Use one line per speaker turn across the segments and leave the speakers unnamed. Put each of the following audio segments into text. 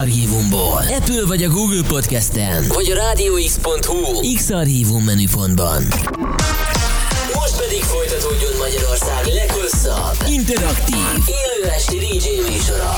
Archívumból. Apple vagy a Google Podcasten, vagy a radiox.hu X-Archívum menüpontban. Most pedig folytatódjon Magyarország leghosszabb, interaktív, élő esti DJ műsora.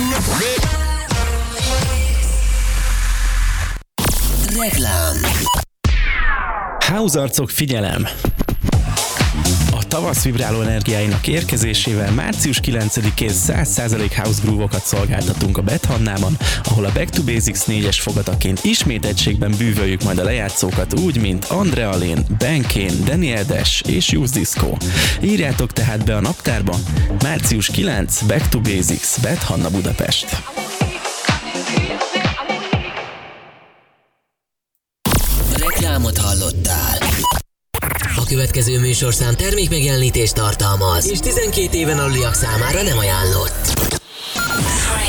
Reklám.
House arcok, figyelem! A tavasz vibráló energiáinak érkezésével március 9-én 100% house groove-okat szolgáltatunk a Bethannában, ahol a Back to Basics 4-es fogataként ismét egységben bűvöljük majd a lejátszókat úgy, mint Andrea Lane, Ben Kane, Daniel Dash és Youth Disco. Írjátok tehát be a naptárba, március 9, Back to Basics, Bethanna, Budapest.
Reklámot hallottál. A következő műsorszám termékmegjelenítést tartalmaz, és 12 éven aluliak számára nem ajánlott. 3,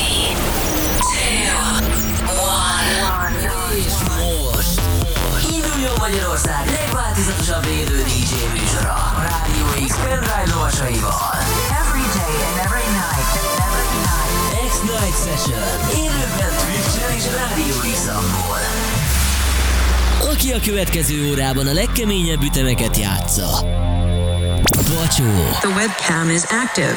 2, 1. És most induljon Magyarország legváltozatosabb élő DJ műsora a Rádió X pendrive lovasaival.
Every day and every night.
X-Night Session. Élőben Twitch-en és Rádió X-amból. Aki a következő órában a legkeményebb ütemeket játsza. Vacsó.
The webcam is active.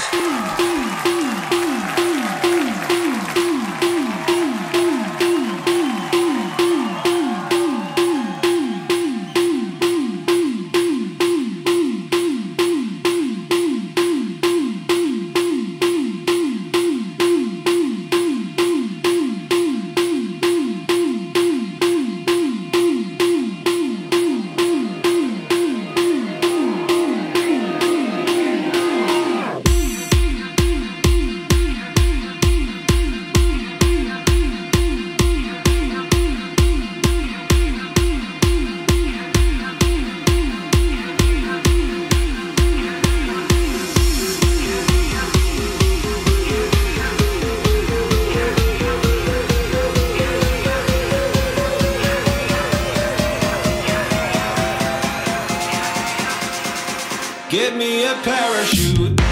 Give me a parachute.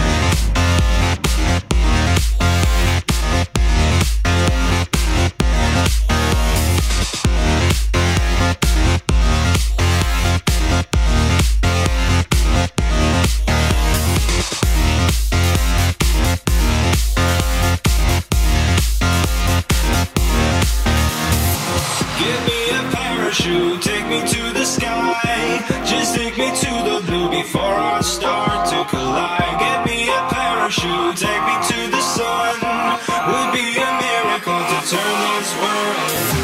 Give me a parachute, take me to the sky. Just take me to the blue before I start to collide. Get me a parachute, take me to the sun. Would be a miracle to turn this world.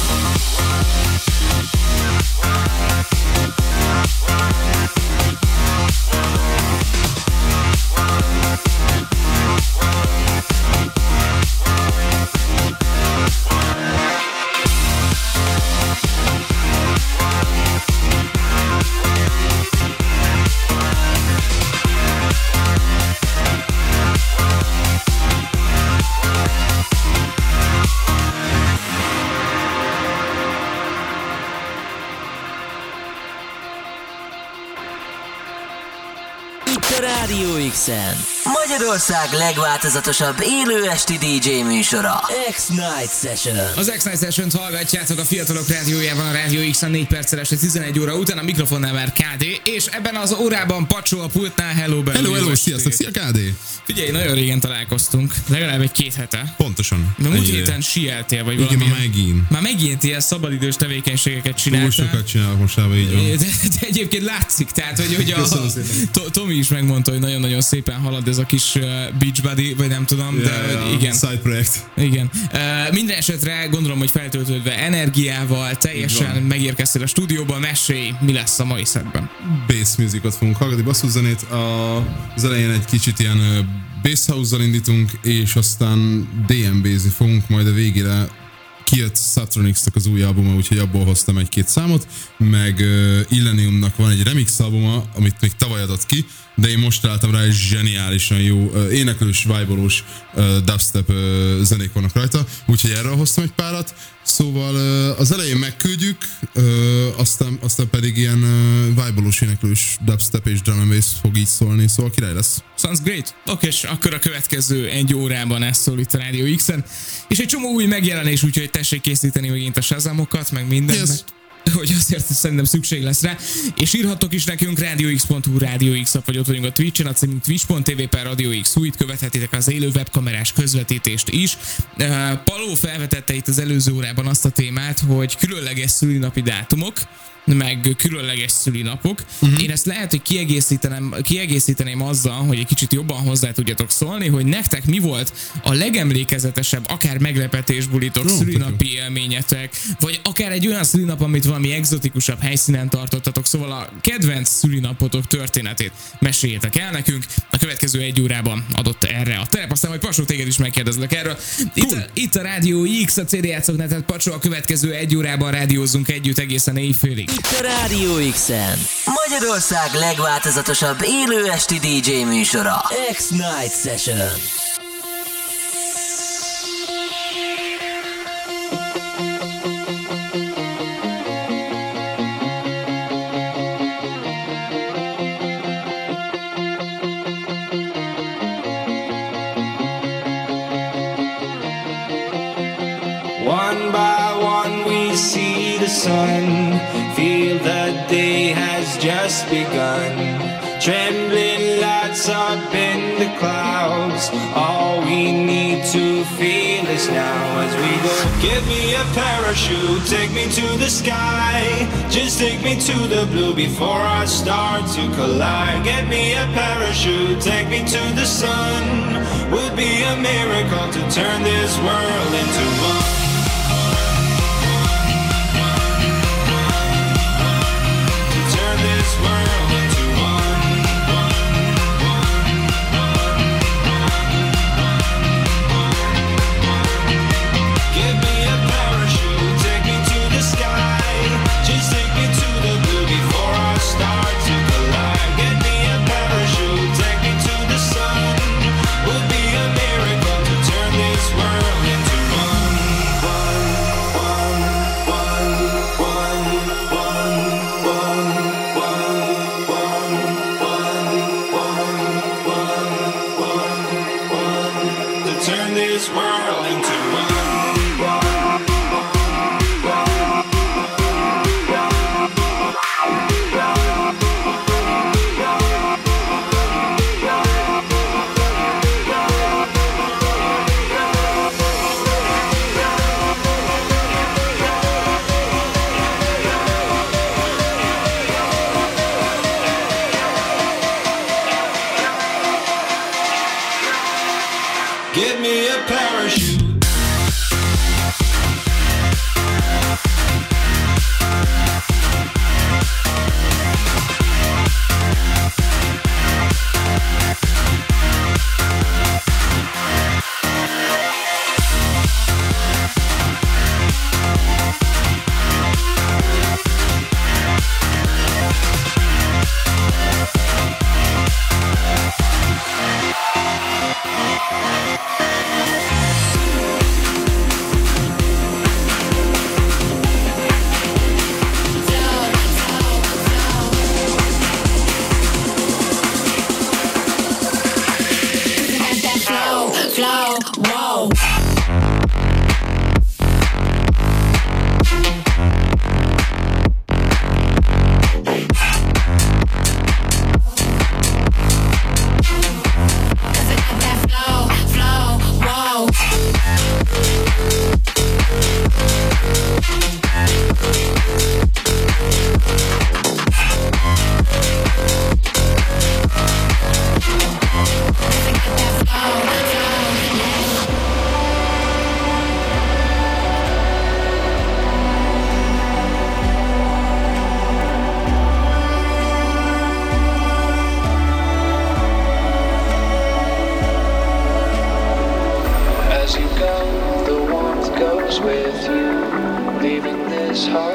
Itt a Rádió X-en Magyarország legváltozatosabb élő esti DJ műsora. X-Night Session.
Az X-Night Session-t hallgatjátok a Fiatalok Rádiójában, a Rádió X-en 4 perccel este 11 óra után, a mikrofonnál már KD, és ebben az órában Pacsó a pultnál. Hello,
Hello, sziasztok, szia KD!
Figyelj, nagyon régen találkoztunk, legalább egy 2 hete.
Pontosan.
De múlt héten sieltél, vagy valami.
Igen,
Már megint ilyen szabadidős tevékenységeket csináltál.
túl sokat csinálok mostában, így van.
De egyébként látszik, tehát, hogy Tomi is megmondta, hogy nagyon-nagyon szépen halad ez a kis beach buddy, vagy nem tudom, de igen.
Side projekt.
Igen. Minden esetre gondolom, hogy feltöltődve energiával, teljesen megérkeztél a stúdióba, mesélj, mi lesz a mai szedben.
Bass musicot fogunk hallgatni, basszuszenét. Az elején egy kicsit ilyen bass house-zal indítunk, és aztán DMB-zni fogunk, majd a végére kijött Satronix-nak az új albuma, úgyhogy abból hoztam 1-2 számot, meg Illeniumnak van egy remix albuma, amit még tavaly adott ki, de én most találtam rá, és zseniálisan jó éneklős, vibe-olós dubstep zenék vannak rajta, úgyhogy erről hoztam egy párat. Szóval az elején megküldjük, aztán pedig ilyen vibe-olós, éneklős dubstep és drum and bass fog így szólni, szóval király lesz.
Sounds great. Oké, és akkor a következő egy órában ez szól itt a Rádió X-en, és egy csomó új megjelenés, úgyhogy tessék készíteni megint a Shazamokat, meg mindent.
Yes.
Hogy azért szerintem szükség lesz rá, és írhattok is nekünk radiox.hu, Radio X, vagy ott vagyunk a Twitch-en, a címünk twitch.tv/radiox, itt követhetitek az élő webkamerás közvetítést is. Paló felvetette itt az előző órában azt a témát, hogy különleges szülinapi dátumok, meg különleges szülinapok. Én ezt lehet, hogy kiegészíteném azzal, hogy egy kicsit jobban hozzá tudjatok szólni, hogy nektek mi volt a legemlékezetesebb, akár meglepetésbulitok, szülinapi élményetek, vagy akár egy olyan szülinap, amit valami egzotikusabb helyszínen tartottatok, szóval a kedvenc szülinapotok történetét meséljétek el nekünk. A következő egy órában adott erre a terep, aztán majd Pasó, téged is megkérdezlek erről. Itt a Rádió X, a CD Játszóknál, Pacsó, a következő egy órában rádiózzunk együtt egészen éjfélig.
Itt a Rádió X-en Magyarország legváltozatosabb élő esti DJ műsora, X-Night Session.
One by one we see the sun, feel the day has just begun. Trembling lights up in the clouds, all we need to feel is now as we go. Give me a parachute, take me to the sky, just take me to the blue before I start to collide. Get me a parachute, take me to the sun, would be a miracle to turn this world into one. Give me a parachute.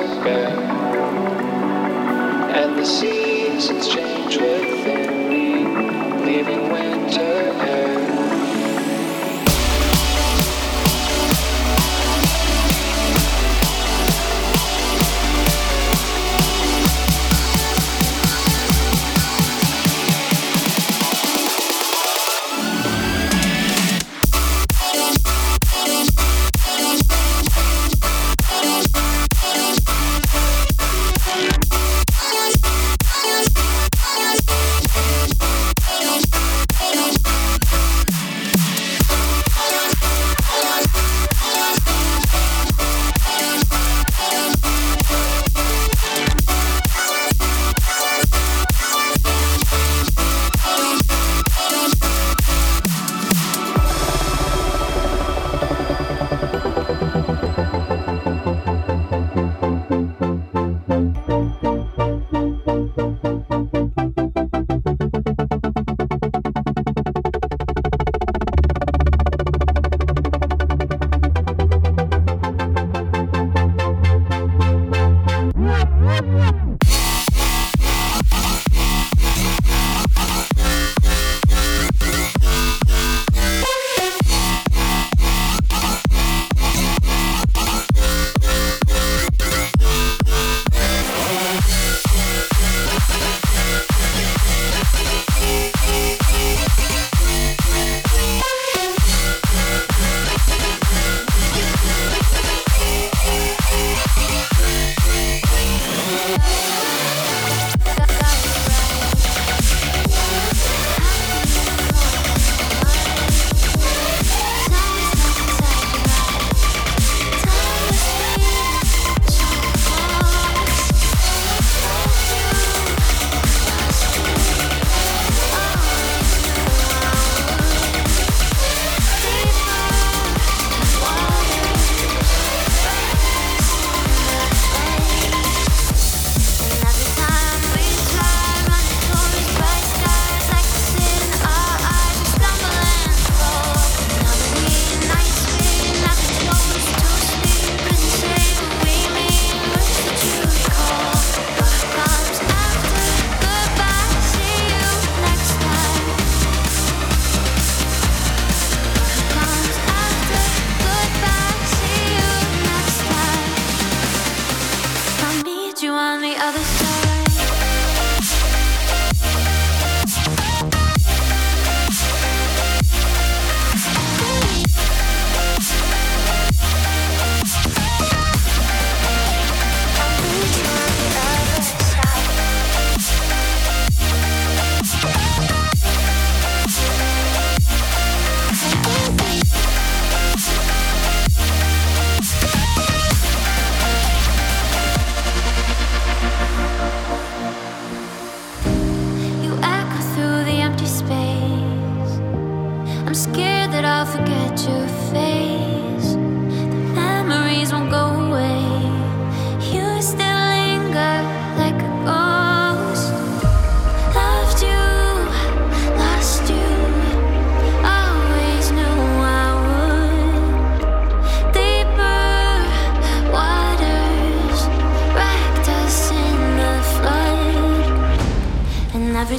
And the seasons change within me.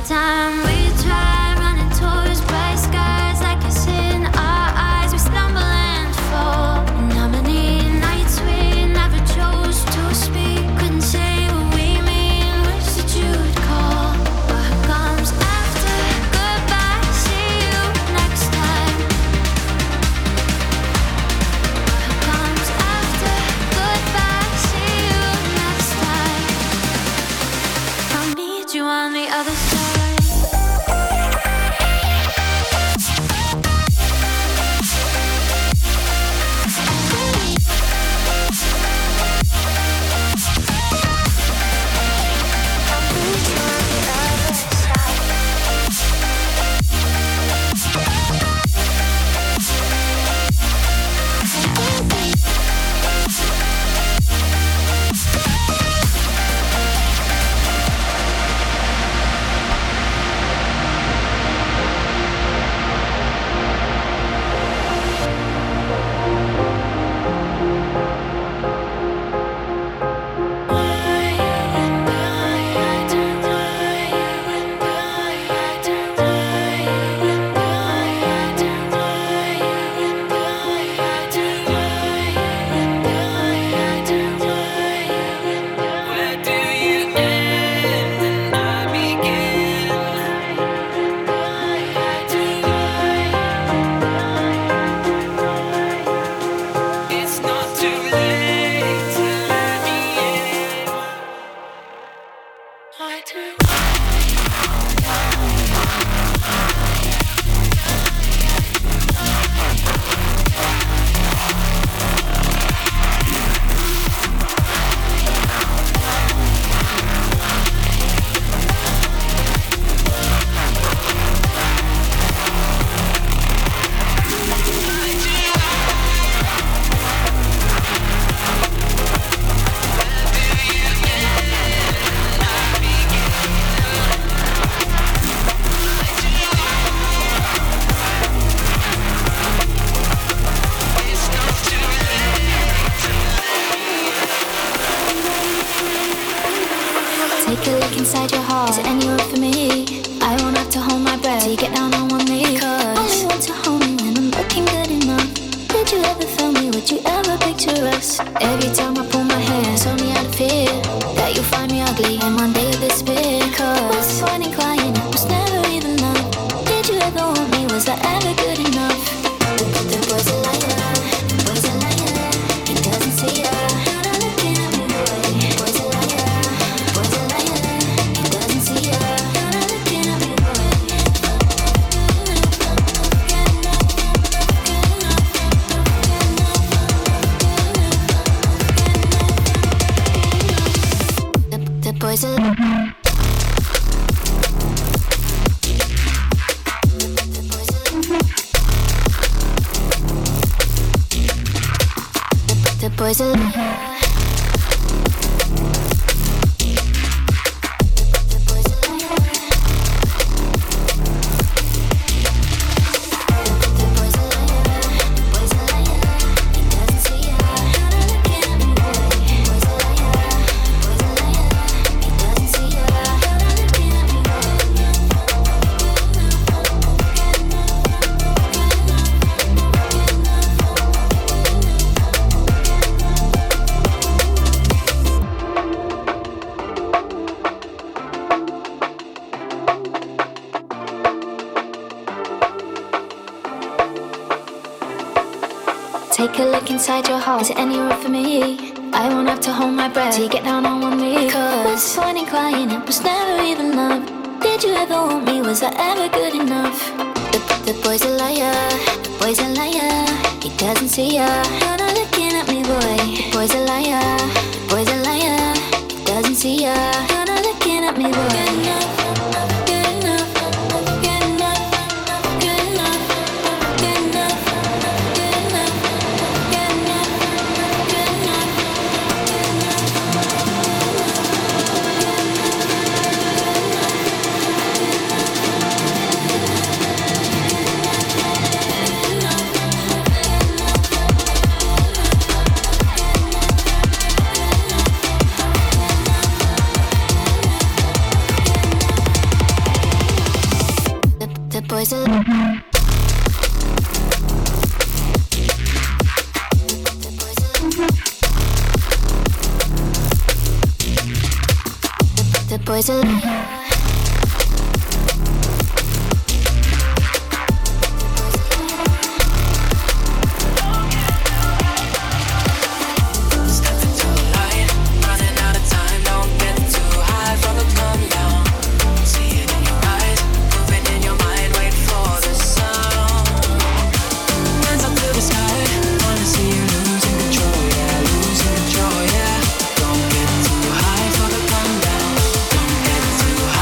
time we try running towards bright skies, like it's in our eyes, we stumble and fall. And how many nights we never chose to speak, couldn't say what we mean, wish that you'd call. What comes after goodbye? See you next time. What comes after goodbye? See you next time. I'll meet you on the other side.
Take a look inside your heart. Is it any room for me? I won't have to hold my breath till you get down on one knee. Cause only want to hold me when I'm looking good enough. Did you ever feel me? Would you ever picture us? Every time I pull my hair, it's only out of fear that you'll find me ugly and one day you'll despair. Cause what's the point in crying? It was never even love. Did you ever want me? Was that ever good enough? The boy's a liar. The boy's a liar. He doesn't see ya. You're not looking at me, boy. The boy's a liar. The boy's a liar. He doesn't see ya. You're not looking at me, boy. The boy's a liar. The boy's a liar. Take a look inside your heart. Is it any room for me? I won't have to hold my breath till you get down on one knee. Cause what's the point in crying? It was never even love. Did you ever want me? Was that ever good enough? The boy's a liar. The boy's a liar. He doesn't see ya. You're not looking at me, boy. The boy's a liar. The boy's a liar. He doesn't see ya. You're not looking at me, boy. Good enough. Good enough. Good enough. Good enough. Good enough. Good enough. Good enough. Good enough. The boys are
too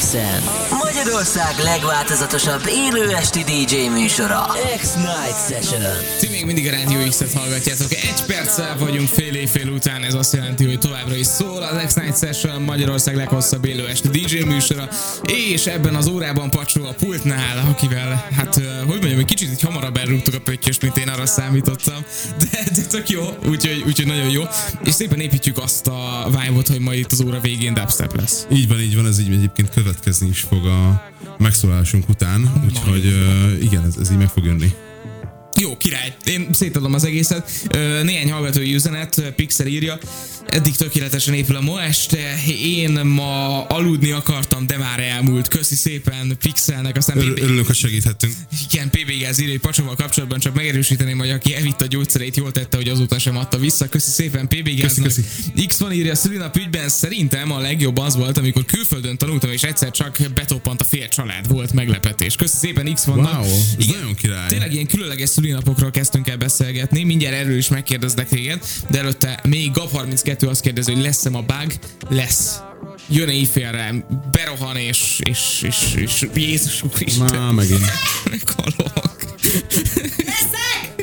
X-en. Magyarország legváltozatosabb élő esti DJ műsora. X-Night Session.
Ti még mindig a Radio X-et hallgatjátok. 1 perccel vagyunk fél éjfél után, ez azt jelenti, hogy továbbra is szól az X-Night Session, Magyarország leghosszabb élő esti DJ műsora, és ebben az órában Pacsó a pultnál, akivel, hát, hogy mondjam, egy kicsit így hamarabb elrúgtuk a pöttyöst, mint én arra számítottam, de tök jó, úgyhogy nagyon jó, és szépen építjük azt a vibe-ot, hogy majd itt az óra végén dubstep lesz.
Így van, ez így egyébként következni is fog a megszólásunk után, úgyhogy igen, ez így meg fog jönni.
Jó, király. Én szétadom az egészet. Néhány hallgatói üzenet, Pixel írja, eddig tökéletesen épül a ma este, én ma aludni akartam, de már elmúlt. Köszi szépen Pixelnek, aztán
Örülök, hogy segíthettünk.
Igen, PBG-hez írja, hogy Pacsóval kapcsolatban csak megerősíteném, hogy aki evitt a gyógyszereit, jól tette, hogy azóta sem adta vissza. Köszi szépen PBG-hez.
Köszi.
X-Van írja, szülinap ügyben szerintem a legjobb az volt, amikor külföldön tanultam, és egyszer csak betoppant a fél család, volt meglepetés. Köszi szépen X-Vannak.
Wow, ez nagyon király.
Tényleg ilyen különleges szülinapokról kezdtünk el beszélgetni, mindjárt erről is megkérdezlek téged, de előtte még Gab32 azt kérdezi, hogy lesz-e ma bug? Lesz. Jön éjfélre, berohan és Jézus Úristen.
Már megint.
Meghalok.
Leszek!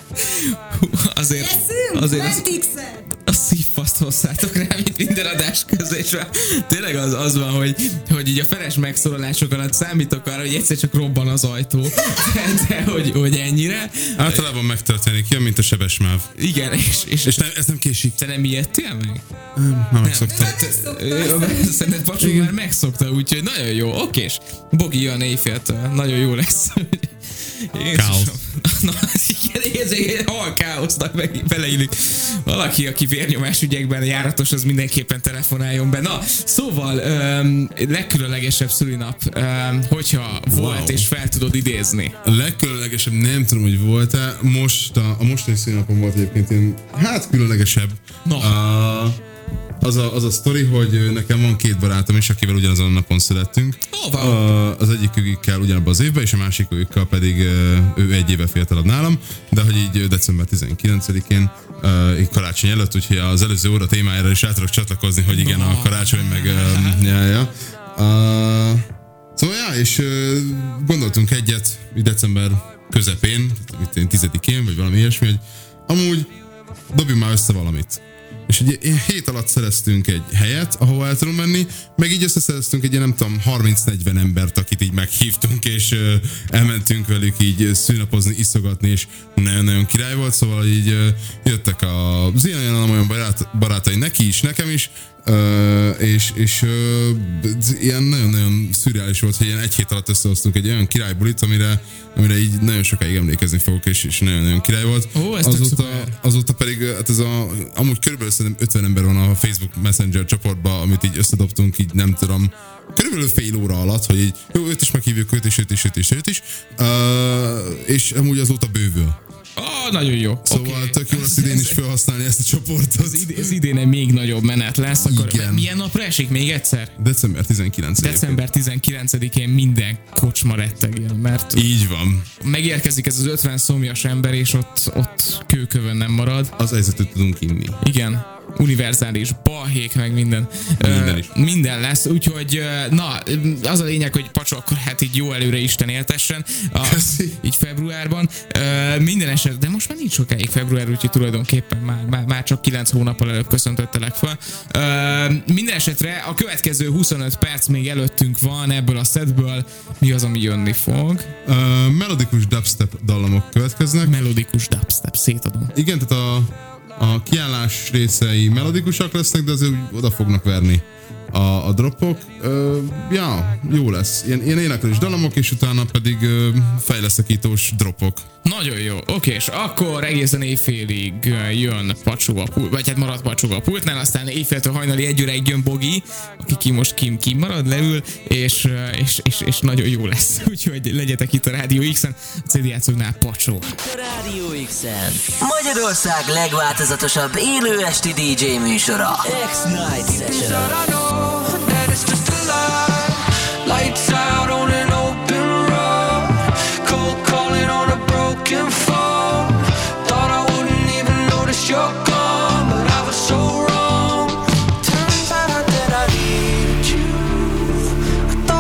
Azért a szívfaszt hozzátok rá, mint minden adás közé, és tényleg az van, hogy így a feles megszólalások alatt számítok arra, hogy egyszer csak robban az ajtó, de hogy ennyire.
Általában megtörténik, jön, mint a sebes máv.
Igen, és
nem, ez nem késik.
te nem ijedtél meg?
Már megszoktam.
Szerintem Pacsó már megszokta, úgyhogy nagyon jó, okés. Bogi jön éjféltől, nagyon jó lesz.
Káosz.
Na, igen, ez egy hal káosznak beleillik. Valaki, aki vérnyomás ügyekben járatos, az mindenképpen telefonáljon be. Na, szóval legkülönlegesebb szülinap, hogyha volt és fel tudod idézni.
A legkülönlegesebb, nem tudom, hogy volt-e, a mostani szülinapom volt egyébként ilyen, hát különlegesebb.
No.
Az a sztori, hogy nekem van 2 barátom is, akivel ugyanazon a napon születtünk. Az egyikükkel ugyanabban az évben, és a másikükkel pedig ő 1 éve fiatalabb nálam, de hogy így december 19-én így karácsony előtt, úgyhogy az előző óra témájára is át tudok csatlakozni, hogy igen, a karácsony meg szóval és gondoltunk egyet december közepén, itt 10-én, vagy valami ilyesmi, hogy amúgy dobjunk már össze valamit. És egy hét alatt szereztünk egy helyet, ahova el tudunk menni, meg így összeszereztünk egy ilyen, nem tudom, 30-40 embert, akit így meghívtunk, és elmentünk velük így szülnapozni, iszogatni, és nagyon-nagyon király volt, szóval így jöttek az ilyen barátai neki is, nekem is, és ilyen nagyon-nagyon szürreális volt, hogy ilyen 1 hét alatt összehoztunk egy olyan királybulit, amire így nagyon sokáig emlékezni fogok, és nagyon-nagyon király volt. Azóta pedig, hát amúgy körülbelül szerintem 50 ember van a Facebook Messenger csoportban, amit így összedobtunk, így nem tudom, körülbelül fél óra alatt, hogy így, jó, őt is meghívjuk, őt is, és amúgy azóta bővül.
Nagyon jó.
Szóval tök jó lesz idén is felhasználni ezt a csoportot.
Az idén még nagyobb menet lesz. Akkor
igen.
Milyen napra esik még egyszer?
December 19-én.
December 19-én minden kocsma rettegél, mert
így van.
Megérkezik ez az 50 szomjas ember, és ott kőkövön nem marad.
Az helyzetet tudunk inni.
Igen. Univerzális balhék, meg minden. Minden lesz, úgyhogy na, az a lényeg, hogy Pacsó akkor hát így jó előre Isten éltessen, így februárban. Minden eset, de most már nincs sokáig február, úgyhogy tulajdonképpen már csak 9 hónappal előbb köszöntöttelek fel. Minden esetre a következő 25 perc még előttünk van ebből a setből. Mi az, ami jönni fog?
Melodikus dubstep dallamok következnek.
Melodikus dubstep, szétadom.
Igen, tehát a kiállás részei melodikusak lesznek, de azért oda fognak verni a dropok. Jó lesz. Ilyen éneklős dallamok, és utána pedig fejleszekítós dropok.
Nagyon jó, oké, és akkor egészen éjfélig jön Pacsó a pult, vagy hát marad Pacsó a pultnál, aztán éjféltől hajnali 1 óráig jön Bogi, aki most kim marad, leül, és nagyon jó lesz. Úgyhogy legyetek itt a Rádió X-en, a CD játszóknál Pacsó.
A Rádió X-en Magyarország legváltozatosabb élő esti DJ műsora. X-Night Session.
Lights out on an open road, cold calling on a broken phone. Thought I wouldn't even notice you're gone, but I was so wrong. Turns out that I need you. I thought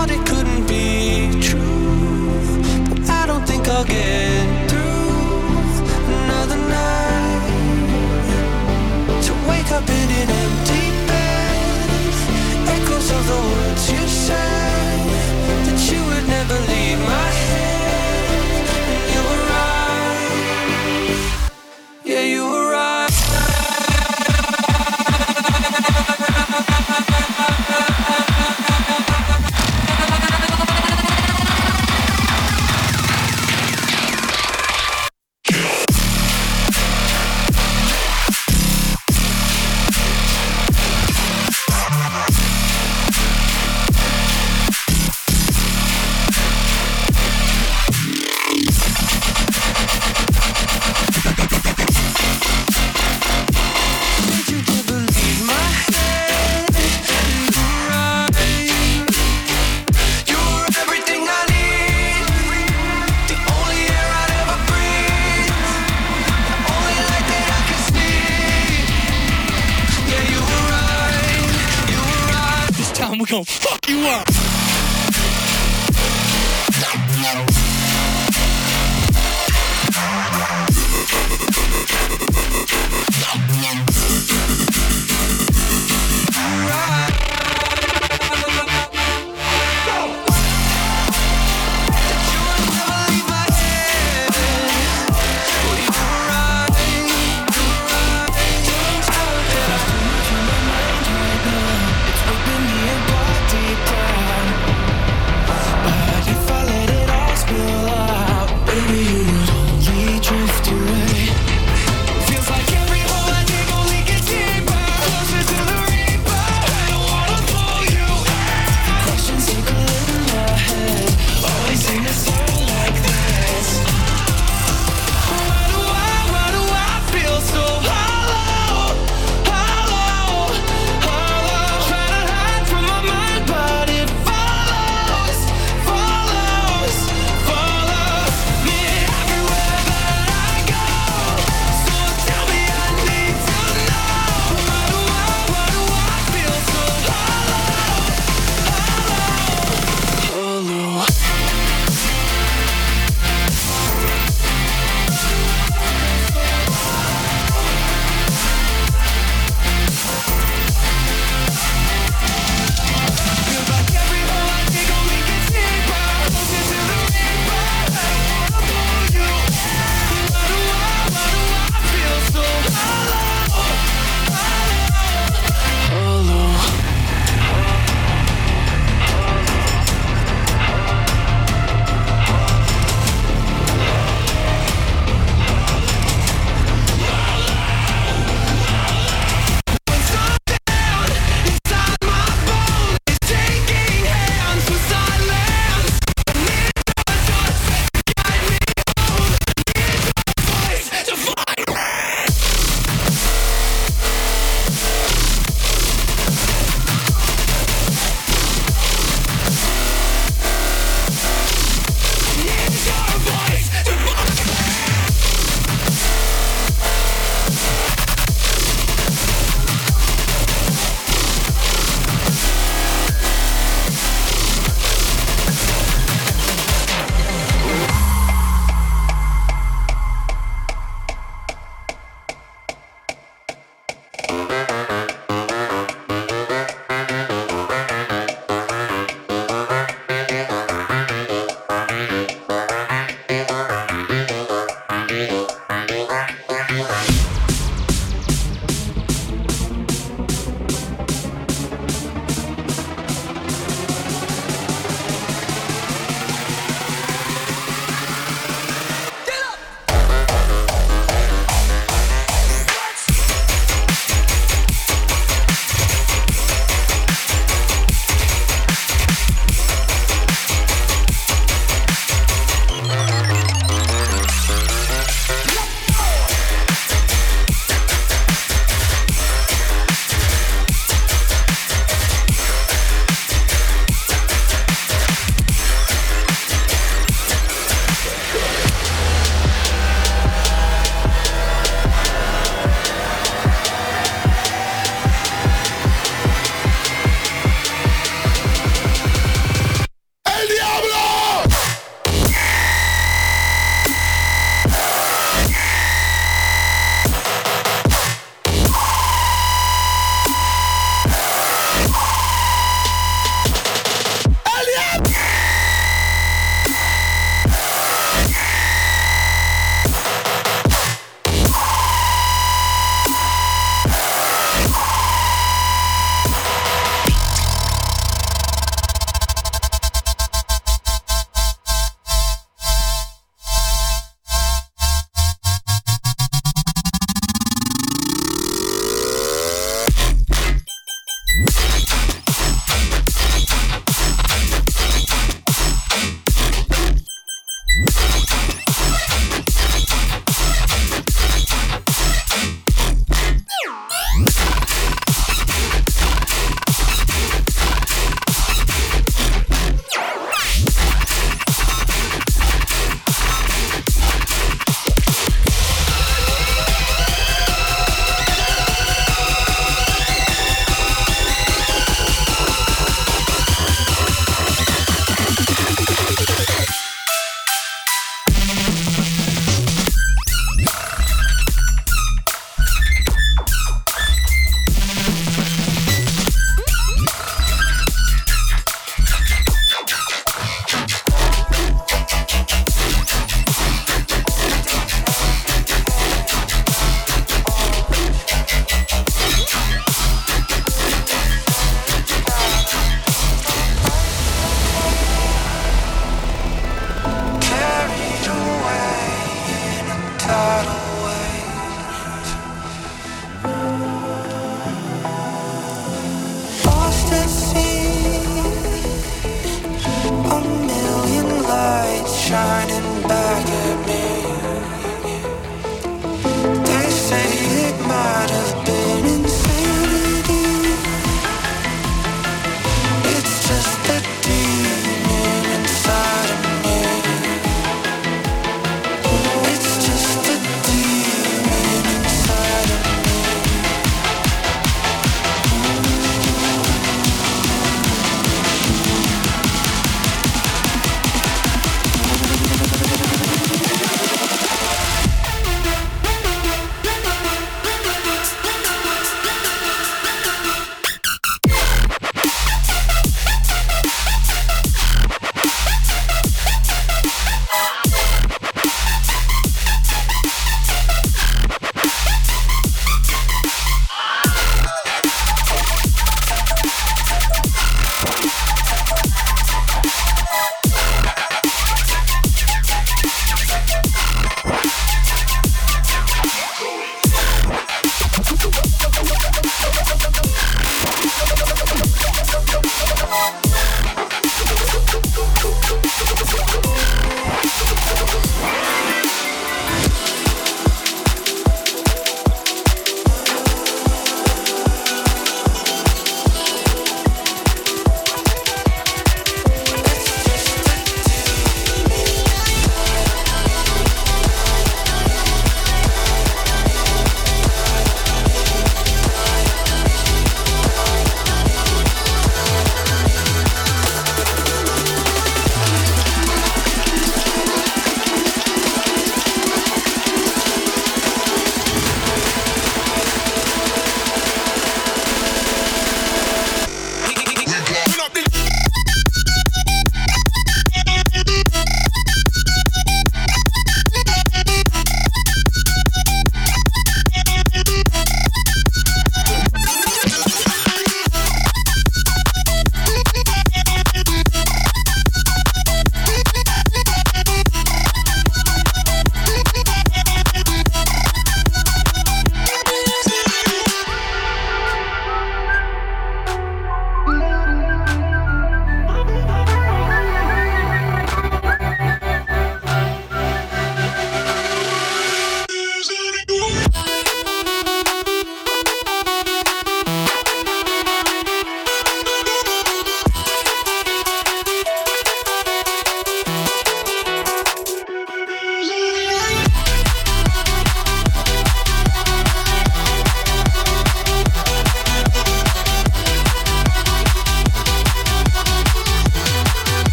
gon' fuck you up. Deep down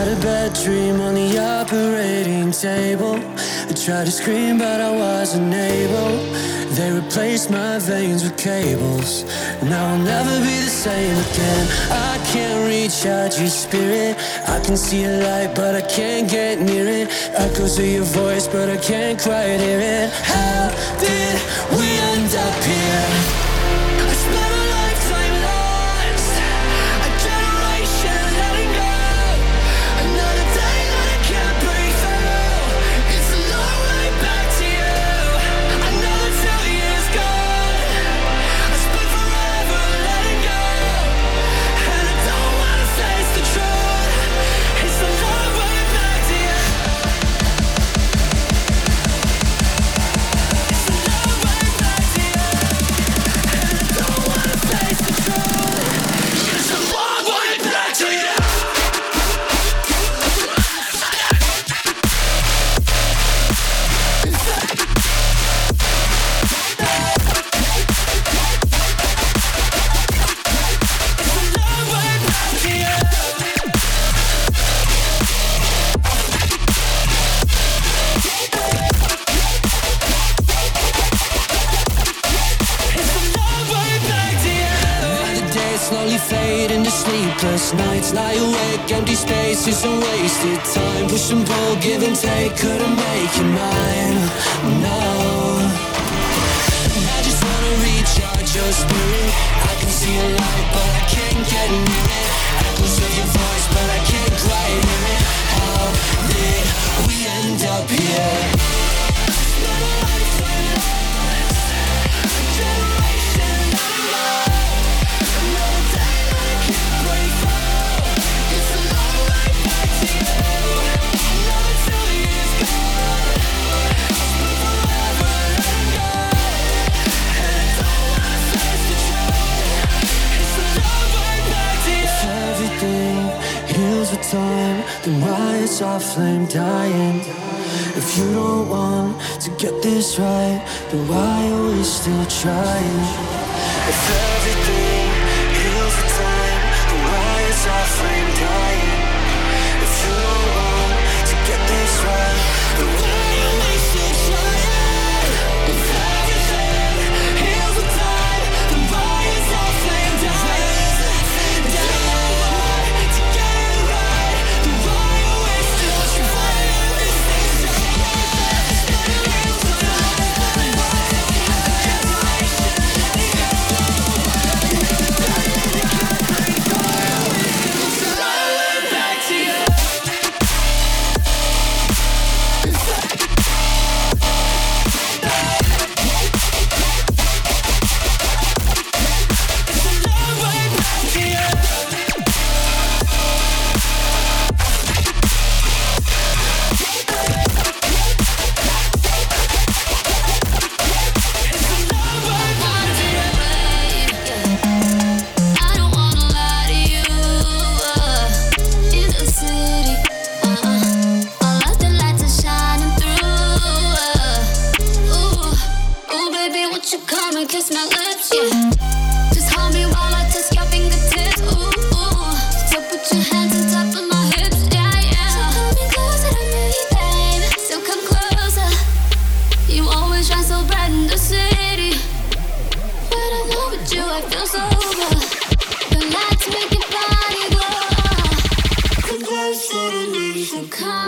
Had a bad dream on the operating table. I tried to scream but I wasn't able. They replaced my veins with cables. Now I'll never be the same again. I can't reach out your spirit. I can see a light but I can't get near it. Echoes of your voice but I can't quite hear it. How did we end up here? I spent a lifetime lost, a generation letting go. Another day that I can't breathe through. It's a long way back to you. Another 2 years gone. I spent forever letting go, and I don't wanna face the truth. It's a long way back to you. It's a long way back to you, and I don't wanna face the truth. It's a long way back to you. Slowly fade into sleepless nights. Lie awake, empty spaces and wasted time. Push and pull, give and take, couldn't make you mine. No, I just wanna recharge your spirit. I can see a light but I can't get near it. Echoes of your voice but I can't quite hear it. How did we end up here? Time, then why is our flame dying? If you don't want to get this right, then why are we still trying? If everything heals with time, then why is our flame dying? If you don't want to get this right, then why are we still trying? If everything heals with time, then why is our flame dying? Kiss my lips, yeah. Just hold me while I touch your fingertips. Ooh, ooh. So put your hands on top of my hips, yeah, yeah. So come closer to me, babe. So come closer. You always shine so bright in the city. When I'm not with you, I feel sober. The lights make your body glow. Come closer to me, so come.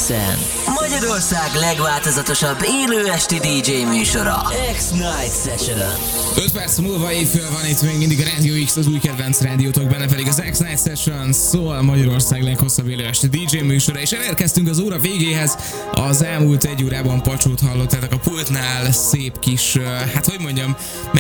X-en, Magyarország legváltozatosabb élő esti DJ műsora, X-Night Session.
5 perc múlva éjfél van itt még mindig a Radio X, az új kedvenc rádiótok, benne pedig az X-Night Session, szól Magyarország leghosszabb élő esti DJ műsora, és elérkeztünk az óra végéhez. Az elmúlt egy órában Pacsót hallottátok a pultnál, szép kis, hát hogy mondjam,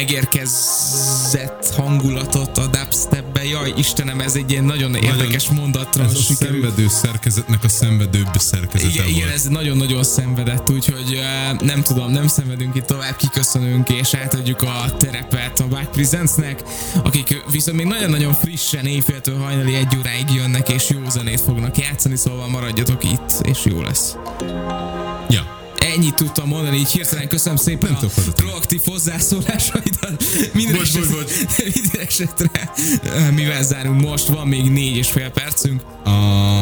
megérkezett hangulatot a dubstepbe. Jaj, Istenem, ez egy ilyen nagyon érdekes mondatra
ez a szenvedő szerkezetnek a szenvedőbb szerkezete volt.
Igen, ez nagyon-nagyon szenvedett, úgyhogy nem tudom, nem szenvedünk itt tovább, kiköszönünk és átadjuk a terepet a Back Presentsnek, akik viszont még nagyon-nagyon frissen éjféltől hajnali 1 óráig jönnek és jó zenét fognak játszani, szóval maradjatok itt, és jó lesz.
Ja.
Ennyit tudtam mondani, így hirtelen köszönöm szépen a proaktív hozzászólásaidat. Minden esetre, mivel zárunk most, van még 4,5 percünk.
A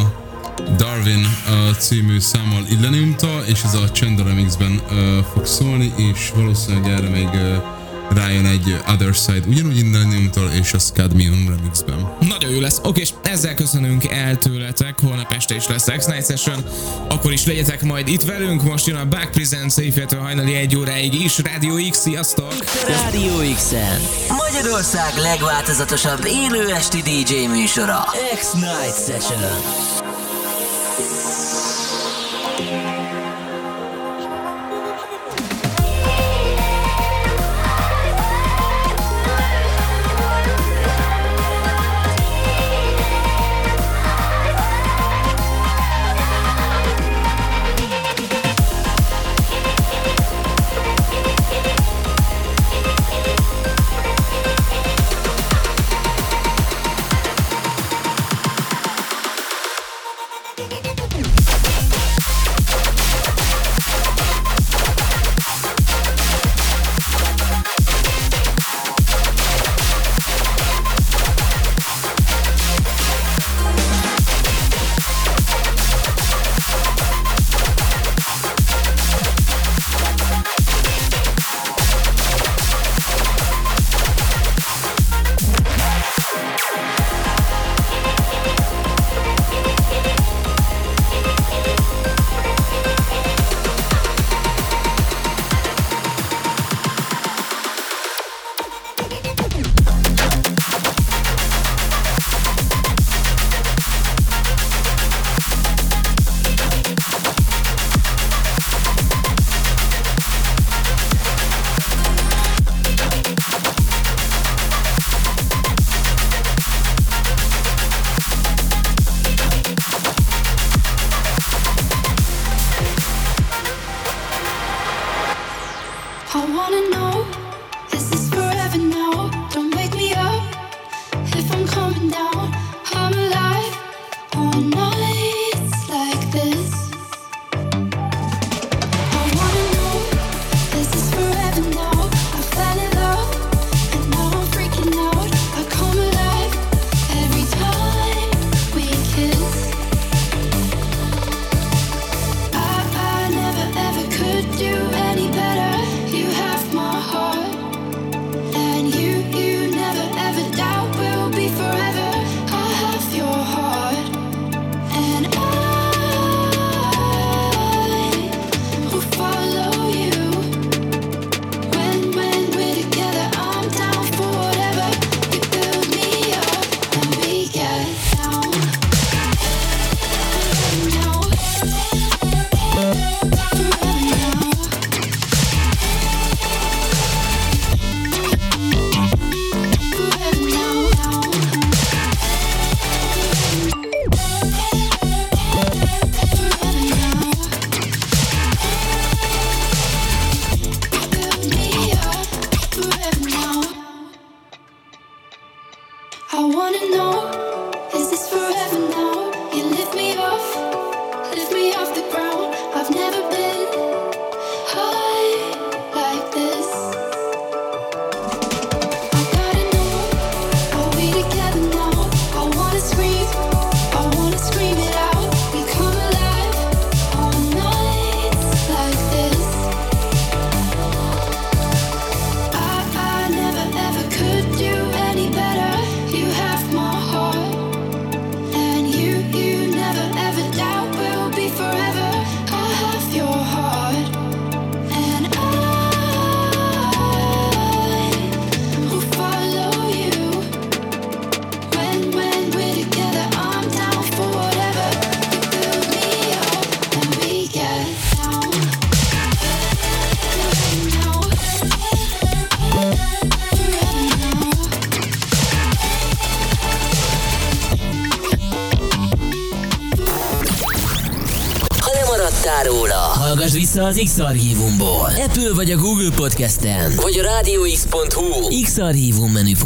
Darwin című számmal Illeniumtól, és ez a Chandler remixben fog szólni, és valószínűleg erre még rájön egy Other Side, ugyanúgy Illeniumtól, és a Cadmium remixben.
Nagyon jó lesz. Oké, és ezzel köszönünk el tőletek, holnap este is lesz X-Night Session, akkor is legyetek majd itt velünk, most jön a Back Presents éjféltől hajnali 1 óráig is, Radio X, sziasztok!
Radio X-en, Magyarország legváltozatosabb élő esti DJ műsora, X-Night Session.
When
Hallgass vissza az X-Archívumból. Apple vagy a Google Podcasten, vagy a radiox.hu X-Archívum menüpontban.